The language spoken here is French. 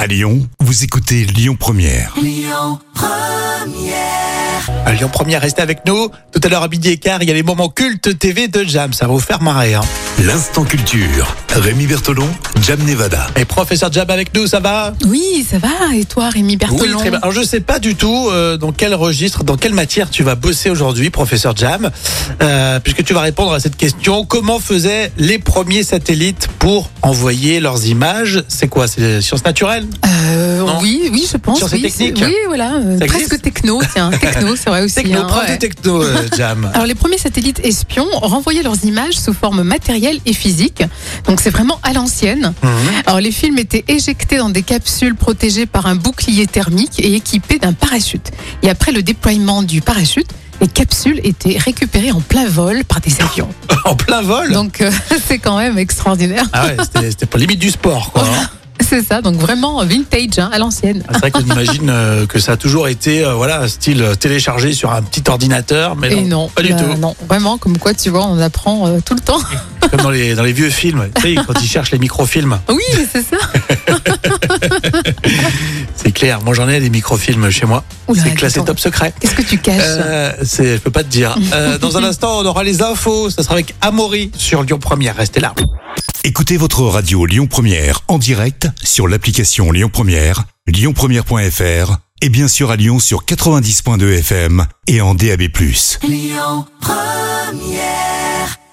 À Lyon, vous écoutez Lyon Première. À Lyon Première, restez avec nous. Tout à l'heure à midi et quart, il y a les moments cultes TV de Jam. Ça va vous faire marrer. L'instant culture. Rémi Bertolon, Jam Nevada. Et professeur Jam avec nous, ça va? Oui, ça va. Et toi, Rémi Bertolon? Oui, très bien. Alors, je sais pas du tout dans quel registre, dans quelle matière tu vas bosser aujourd'hui, professeur Jam, puisque tu vas répondre à cette question. Comment faisaient les premiers satellites pour envoyer leurs images? C'est quoi? C'est sciences naturelles? Non. Oui, je pense. Sciences et techniques? Oui, voilà. Ça Presque existe techno, tiens. Techno, c'est vrai aussi. Techno, prof de ouais. techno, Jam. Alors, les premiers satellites espions renvoyaient leurs images sous forme matérielle et physique. Donc, c'est vraiment à l'ancienne. Alors, les films étaient éjectés dans des capsules protégées par un bouclier thermique et équipés d'un parachute. Et après le déploiement du parachute, les capsules étaient récupérées en plein vol par des avions. En plein vol? Donc, c'est quand même extraordinaire. Ah ouais, c'était pas limite du sport, quoi. hein. C'est ça, donc vraiment vintage, à l'ancienne. C'est vrai qu'on imagine que ça a toujours été, style téléchargé sur un petit ordinateur, mais Et non, non, pas du tout. non, vraiment, comme quoi, tu vois, on apprend tout le temps. Comme dans les vieux films, tu sais, quand ils cherchent les microfilms. Oui, c'est ça. C'est clair, moi j'en ai des microfilms chez moi. Oula, C'est classé attends. top secret. Qu'est-ce que tu caches Je peux pas te dire. Dans un instant, on aura les infos. Ça sera avec Amaury sur Lyon Première. Restez là. Écoutez votre radio Lyon Première en direct sur l'application Lyon Première, lyonpremière.fr et bien sûr à Lyon sur 90.2 FM et en DAB+. Lyon Première